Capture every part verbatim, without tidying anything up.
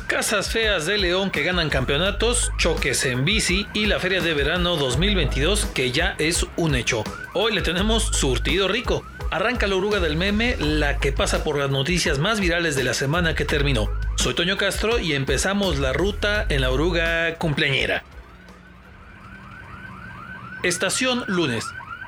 Casas feas de León que ganan campeonatos, choques en bici y la Feria de Verano dos mil veintidós que ya es un hecho. Hoy le tenemos surtido rico. Arranca la oruga del meme, la que pasa por las noticias más virales de la semana que terminó. Soy Toño Castro y empezamos la ruta en la oruga cumpleañera. Estación lunes.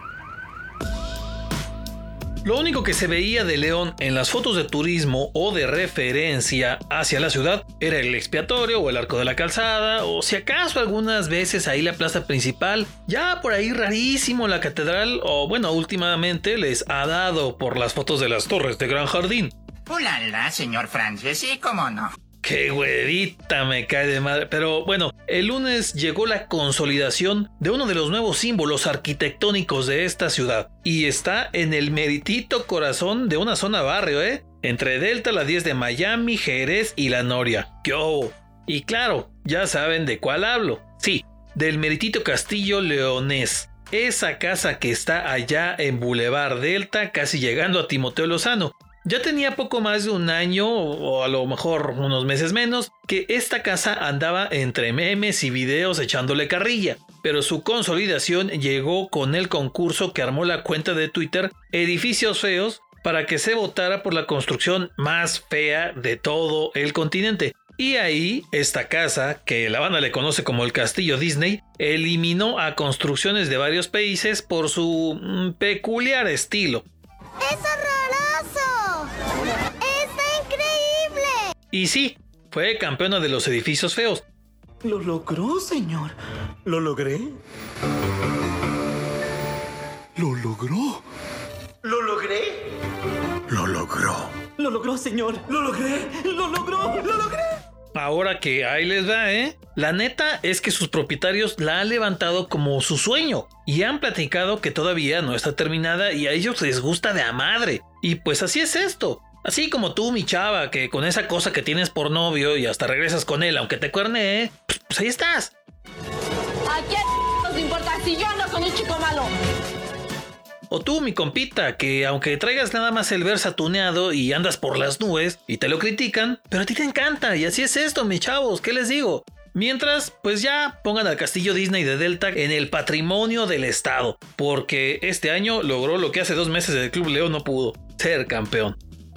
Lo único que se veía de León en las fotos de turismo o de referencia hacia la ciudad era el expiatorio o el Arco de la Calzada, o si acaso algunas veces ahí la plaza principal, ya por ahí rarísimo la catedral, o bueno, últimamente les ha dado por las fotos de las torres de Gran Jardín. ¡Ulala, señor Francis! Sí, cómo no. ¡Qué güerita me cae de madre! Pero bueno, el lunes llegó la consolidación de uno de los nuevos símbolos arquitectónicos de esta ciudad. Y está en el meritito corazón de una zona barrio, ¿eh? Entre Delta, la diez de Miami, Jerez y La Noria. ¡Qué hubo! Y claro, ya saben de cuál hablo. Sí, del meritito Castillo Leonés. Esa casa que está allá en Boulevard Delta, casi llegando a Timoteo Lozano. Ya tenía poco más de un año, o a lo mejor unos meses menos, que esta casa andaba entre memes y videos echándole carrilla, pero su consolidación llegó con el concurso que armó la cuenta de Twitter Edificios Feos para que se votara por la construcción más fea de todo el continente. Y ahí, esta casa, que la banda le conoce como el Castillo Disney, eliminó a construcciones de varios países por su mm, peculiar estilo. ¡Es horroroso! ¡Está increíble! Y sí, fue campeona de los edificios feos. Lo logró, señor. ¿Lo logré? ¿Lo logró? ¿Lo logré? Lo logró. Lo logró, señor. Lo logré. Lo logró. Lo logré. Ahora que ahí les va, ¿eh? La neta es que sus propietarios la han levantado como su sueño y han platicado que todavía no está terminada y a ellos les gusta de a madre. Y pues así es esto. Así como tú, mi chava, que con esa cosa que tienes por novio y hasta regresas con él aunque te cuernee, pues, pues ahí estás. ¿A quién nos importa si yo ando con un chico malo? O tú, mi compita, que aunque traigas nada más el Versa tuneado y andas por las nubes y te lo critican, pero a ti te encanta y así es esto, mis chavos, ¿qué les digo? Mientras, pues ya pongan al Castillo Disney de Delta en el patrimonio del estado, porque este año logró lo que hace dos meses el Club León no pudo, ser campeón.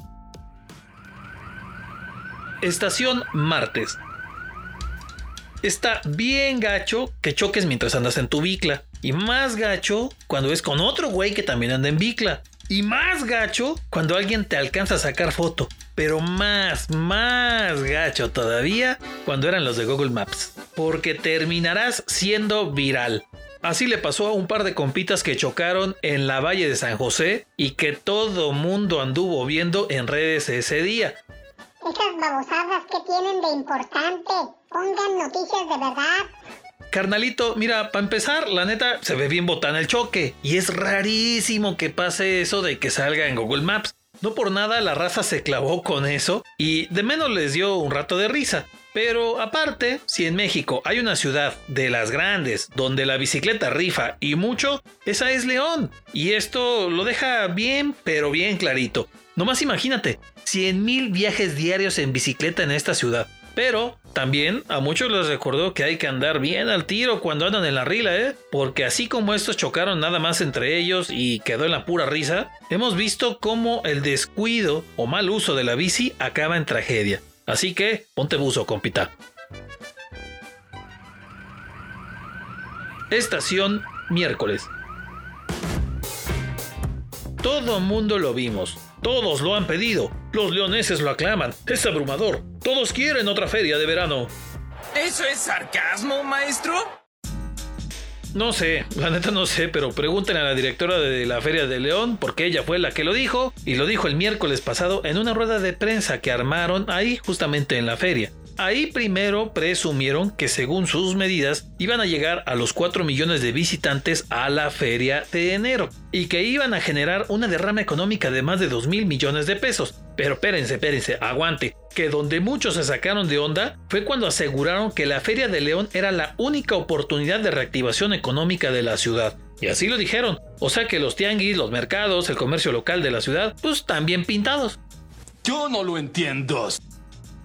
Estación martes. Está bien gacho que choques mientras andas en tu bicla. Y más gacho cuando es con otro güey que también anda en bicla. Y más gacho cuando alguien te alcanza a sacar foto. Pero más, más gacho todavía cuando eran los de Google Maps. Porque terminarás siendo viral. Así le pasó a un par de compitas que chocaron en la Valle de San José y que todo mundo anduvo viendo en redes ese día. Esas babosadas que tienen de importante. Pongan noticias de verdad. Carnalito, mira, para empezar, la neta, se ve bien botana el choque. Y es rarísimo que pase eso de que salga en Google Maps. No por nada la raza se clavó con eso y de menos les dio un rato de risa. Pero aparte, si en México hay una ciudad de las grandes donde la bicicleta rifa y mucho, esa es León. Y esto lo deja bien, pero bien clarito. Nomás imagínate, cien mil viajes diarios en bicicleta en esta ciudad. Pero también a muchos les recordó que hay que andar bien al tiro cuando andan en la rila, ¿eh? Porque así como estos chocaron nada más entre ellos y quedó en la pura risa, hemos visto cómo el descuido o mal uso de la bici acaba en tragedia. Así que ponte buzo, compita. Estación miércoles. Todo mundo lo vimos. Todos lo han pedido. Los leoneses lo aclaman. Es abrumador. Todos quieren otra feria de verano. ¿Eso es sarcasmo, maestro? No sé, la neta no sé, pero pregúntenle a la directora de la Feria de León porque ella fue la que lo dijo y lo dijo el miércoles pasado en una rueda de prensa que armaron ahí justamente en la feria. Ahí primero presumieron que según sus medidas iban a llegar a los cuatro millones de visitantes a la feria de enero y que iban a generar una derrama económica de más de dos mil millones de pesos. Pero espérense, espérense, aguante, que donde muchos se sacaron de onda fue cuando aseguraron que la Feria de León era la única oportunidad de reactivación económica de la ciudad. Y así lo dijeron, o sea que los tianguis, los mercados, el comercio local de la ciudad, pues también pintados. Yo no lo entiendo.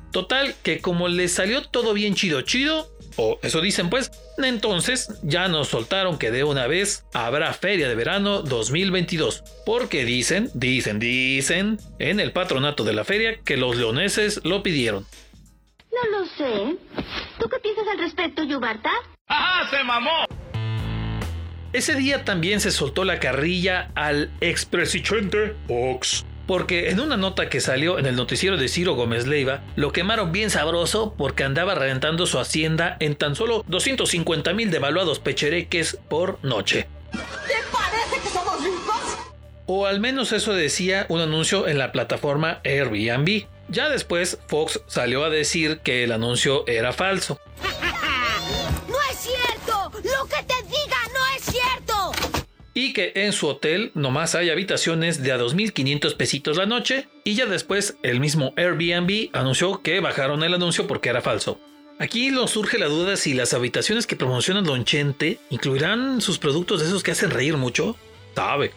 Total, que como les salió todo bien chido chido, o eso dicen pues, entonces ya nos soltaron que de una vez habrá Feria de Verano dos mil veintidós. Porque dicen, dicen, dicen en el patronato de la feria que los leoneses lo pidieron. No lo sé. ¿Tú qué piensas al respecto, Yubarta? ¡Ajá, se mamó! Ese día también se soltó la carrilla al expresidente Fox. Porque en una nota que salió en el noticiero de Ciro Gómez Leiva, lo quemaron bien sabroso porque andaba reventando su hacienda en tan solo doscientos cincuenta mil devaluados pechereques por noche. ¿Te parece que somos ricos? O al menos eso decía un anuncio en la plataforma Airbnb. Ya después Fox salió a decir que el anuncio era falso. ¡No es cierto! ¡Lo que te diga no es cierto! Y que en su hotel nomás hay habitaciones de a dos mil quinientos pesitos la noche. Y ya después el mismo Airbnb anunció que bajaron el anuncio porque era falso. Aquí nos surge la duda si las habitaciones que promocionan Don Chente incluirán sus productos de esos que hacen reír mucho. Sabe.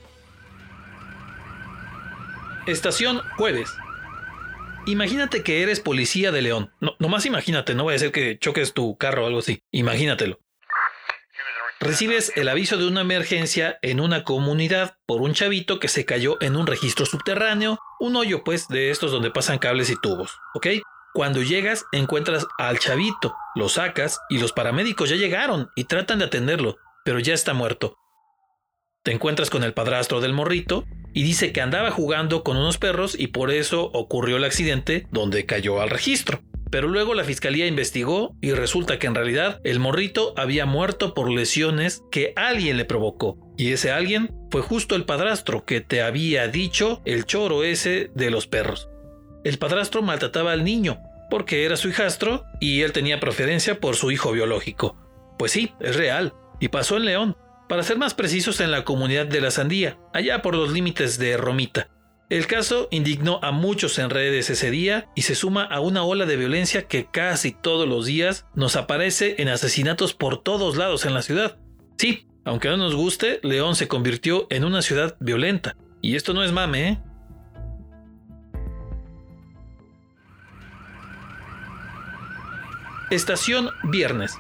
Estación jueves. Imagínate que eres policía de León. No, nomás imagínate, no vaya a ser que choques tu carro o algo así. Imagínatelo. Recibes el aviso de una emergencia en una comunidad por un chavito que se cayó en un registro subterráneo, un hoyo pues de estos donde pasan cables y tubos, ¿ok? Cuando llegas encuentras al chavito, lo sacas y los paramédicos ya llegaron y tratan de atenderlo, pero ya está muerto. Te encuentras con el padrastro del morrito y dice que andaba jugando con unos perros y por eso ocurrió el accidente donde cayó al registro. Pero luego la fiscalía investigó y resulta que en realidad el morrito había muerto por lesiones que alguien le provocó. Y ese alguien fue justo el padrastro que te había dicho el choro ese de los perros. El padrastro maltrataba al niño porque era su hijastro y él tenía preferencia por su hijo biológico. Pues sí, es real. Y pasó en León. Para ser más precisos, en la comunidad de La Sandía, allá por los límites de Romita. El caso indignó a muchos en redes ese día y se suma a una ola de violencia que casi todos los días nos aparece en asesinatos por todos lados en la ciudad. Sí, aunque no nos guste, León se convirtió en una ciudad violenta. Y esto no es mame, ¿eh? Estación viernes.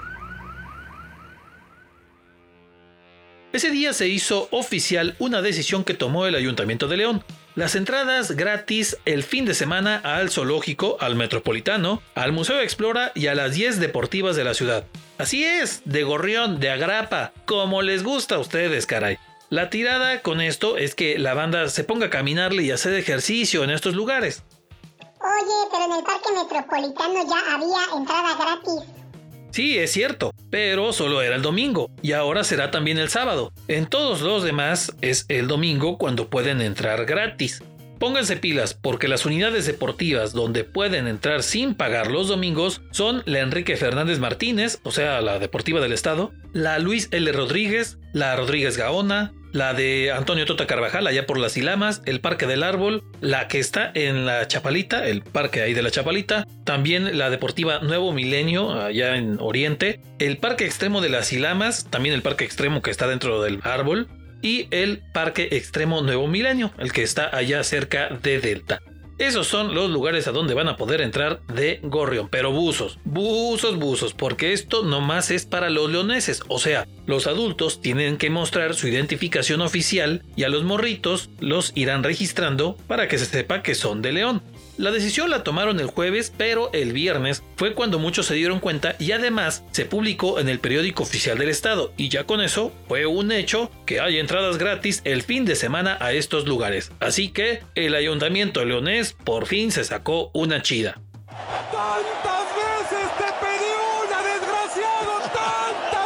Ese día se hizo oficial una decisión que tomó el Ayuntamiento de León. Las entradas gratis el fin de semana al Zoológico, al Metropolitano, al Museo Explora y a las diez deportivas de la ciudad. Así es, de gorrión, de agrapa, como les gusta a ustedes, caray. La tirada con esto es que la banda se ponga a caminarle y hacer ejercicio en estos lugares. Oye, pero en el Parque Metropolitano ya había entrada gratis. Sí, es cierto, pero solo era el domingo y ahora será también el sábado. En todos los demás es el domingo cuando pueden entrar gratis. Pónganse pilas porque las unidades deportivas donde pueden entrar sin pagar los domingos son la Enrique Fernández Martínez, o sea, la Deportiva del Estado, la Luis L. Rodríguez, la Rodríguez Gaona, la de Antonio Tota Carvajal allá por las Ilamas, el Parque del Árbol, la que está en la Chapalita, el parque ahí de la Chapalita, también la Deportiva Nuevo Milenio allá en Oriente, el Parque Extremo de las Ilamas, también el Parque Extremo que está dentro del árbol y el Parque Extremo Nuevo Milenio, el que está allá cerca de Delta. Esos son los lugares a donde van a poder entrar de gorrión, pero buzos, buzos, buzos, porque esto nomás es para los leoneses, o sea, los adultos tienen que mostrar su identificación oficial y a los morritos los irán registrando para que se sepa que son de León. La decisión la tomaron el jueves, pero el viernes fue cuando muchos se dieron cuenta y además se publicó en el periódico oficial del estado y ya con eso fue un hecho que hay entradas gratis el fin de semana a estos lugares. Así que el ayuntamiento leonés por fin se sacó una chida. ¡Tantas veces te pedí una, desgraciado! ¡Tantas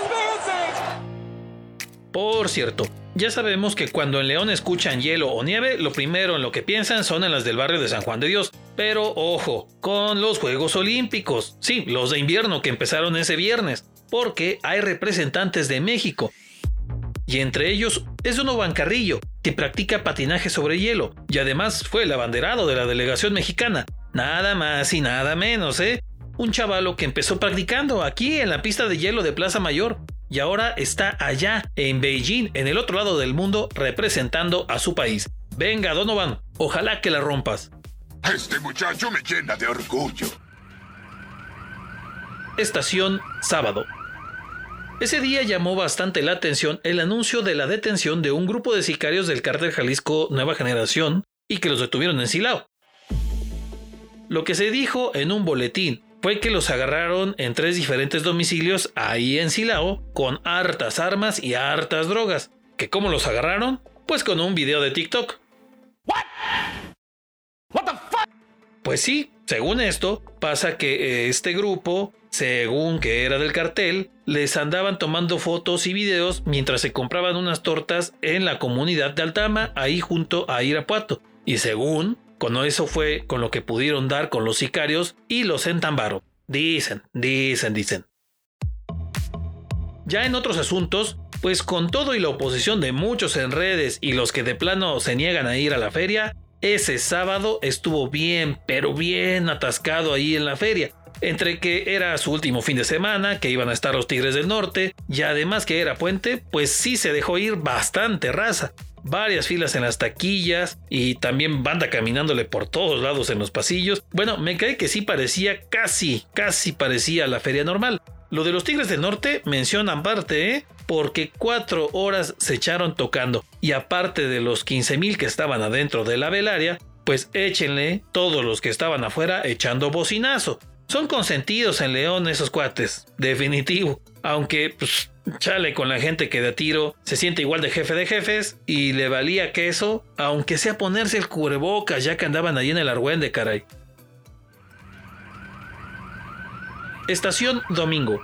veces! Por cierto, ya sabemos que cuando en León escuchan hielo o nieve, lo primero en lo que piensan son en las del barrio de San Juan de Dios. Pero ojo, con los Juegos Olímpicos, sí, los de invierno que empezaron ese viernes, porque hay representantes de México. Y entre ellos es uno Bancarrillo, que practica patinaje sobre hielo, y además fue el abanderado de la delegación mexicana. Nada más y nada menos, ¿eh? Un chavalo que empezó practicando aquí en la pista de hielo de Plaza Mayor. Y ahora está allá, en Beijing, en el otro lado del mundo, representando a su país. Venga, Donovan, ojalá que la rompas. Este muchacho me llena de orgullo. Estación sábado. Ese día llamó bastante la atención el anuncio de la detención de un grupo de sicarios del Cártel Jalisco Nueva Generación y que los detuvieron en Silao. Lo que se dijo en un boletín fue que los agarraron en tres diferentes domicilios ahí en Silao con hartas armas y hartas drogas. ¿Que cómo los agarraron? Pues con un video de TikTok. What? What the fuck? Pues sí, según esto, pasa que este grupo, según que era del cartel, les andaban tomando fotos y videos mientras se compraban unas tortas en la comunidad de Altama, ahí junto a Irapuato. Y según, con eso fue con lo que pudieron dar con los sicarios y los entambaron. Dicen, dicen, dicen. Ya en otros asuntos, pues con todo y la oposición de muchos en redes y los que de plano se niegan a ir a la feria, ese sábado estuvo bien, pero bien atascado ahí en la feria. Entre que era su último fin de semana, que iban a estar los Tigres del Norte, y además que era puente, pues sí se dejó ir bastante raza. Varias filas en las taquillas y también banda caminándole por todos lados en los pasillos. Bueno, me cae que sí parecía casi, casi parecía la feria normal. Lo de los Tigres del Norte mencionan aparte, ¿eh? Porque cuatro horas se echaron tocando. Y aparte de los quince mil que estaban adentro de la velaria, pues échenle todos los que estaban afuera echando bocinazo. Son consentidos en León esos cuates, definitivo. Aunque, pues, chale con la gente que de a tiro se siente igual de jefe de jefes y le valía queso, aunque sea ponerse el cubrebocas ya que andaban allí en el argüende, caray. Estación domingo.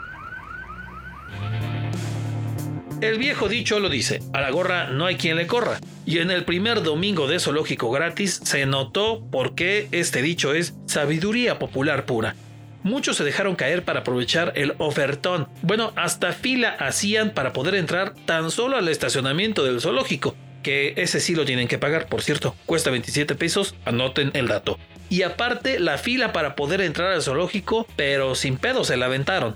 El viejo dicho lo dice, a la gorra no hay quien le corra. Y en el primer domingo de zoológico gratis se notó por qué este dicho es sabiduría popular pura. Muchos se dejaron caer para aprovechar el ofertón. Bueno, hasta fila hacían para poder entrar tan solo al estacionamiento del zoológico, que ese sí lo tienen que pagar, por cierto, cuesta veintisiete pesos, anoten el dato. Y aparte la fila para poder entrar al zoológico, pero sin pedo se la aventaron.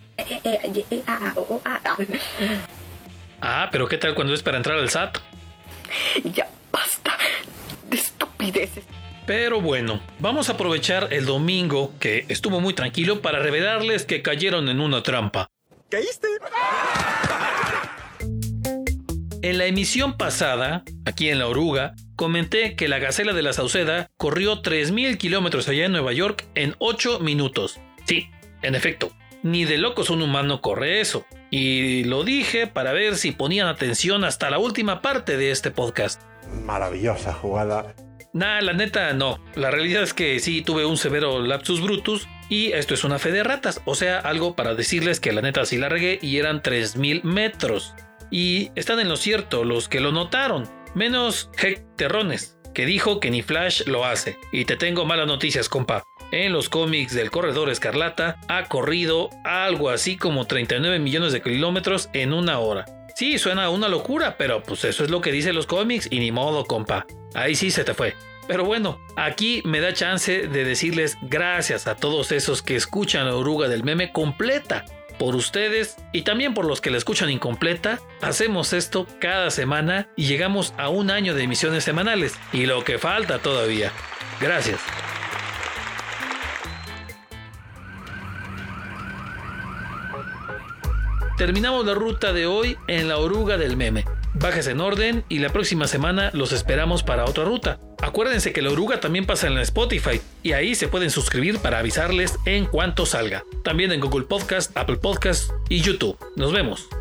Ah, pero ¿qué tal cuando es para entrar al S A T? Ya basta de estupideces. Pero bueno, vamos a aprovechar el domingo, que estuvo muy tranquilo, para revelarles que cayeron en una trampa. ¿Caíste? En la emisión pasada, aquí en La Oruga, comenté que la Gacela de la Sauceda corrió tres mil kilómetros allá en Nueva York en ocho minutos. Sí, en efecto, ni de locos un humano corre eso. Y lo dije para ver si ponían atención hasta la última parte de este podcast. Maravillosa jugada. Nah, la neta no. La realidad es que sí tuve un severo lapsus brutus y esto es una fe de ratas. O sea, algo para decirles que la neta sí la regué y eran tres mil metros. Y están en lo cierto los que lo notaron. Menos Heck Terrones, que dijo que ni Flash lo hace. Y te tengo malas noticias, compa. En los cómics del Corredor Escarlata ha corrido algo así como treinta y nueve millones de kilómetros en una hora. Sí, suena una locura, pero pues eso es lo que dicen los cómics y ni modo, compa. Ahí sí se te fue. Pero bueno, aquí me da chance de decirles gracias a todos esos que escuchan La Oruga del Meme completa. Por ustedes y también por los que la escuchan incompleta, hacemos esto cada semana y llegamos a un año de emisiones semanales. Y lo que falta todavía. Gracias. Terminamos la ruta de hoy en La Oruga del Meme. Bájese en orden y la próxima semana los esperamos para otra ruta. Acuérdense que La Oruga también pasa en la Spotify y ahí se pueden suscribir para avisarles en cuanto salga. También en Google Podcast, Apple Podcast y YouTube. Nos vemos.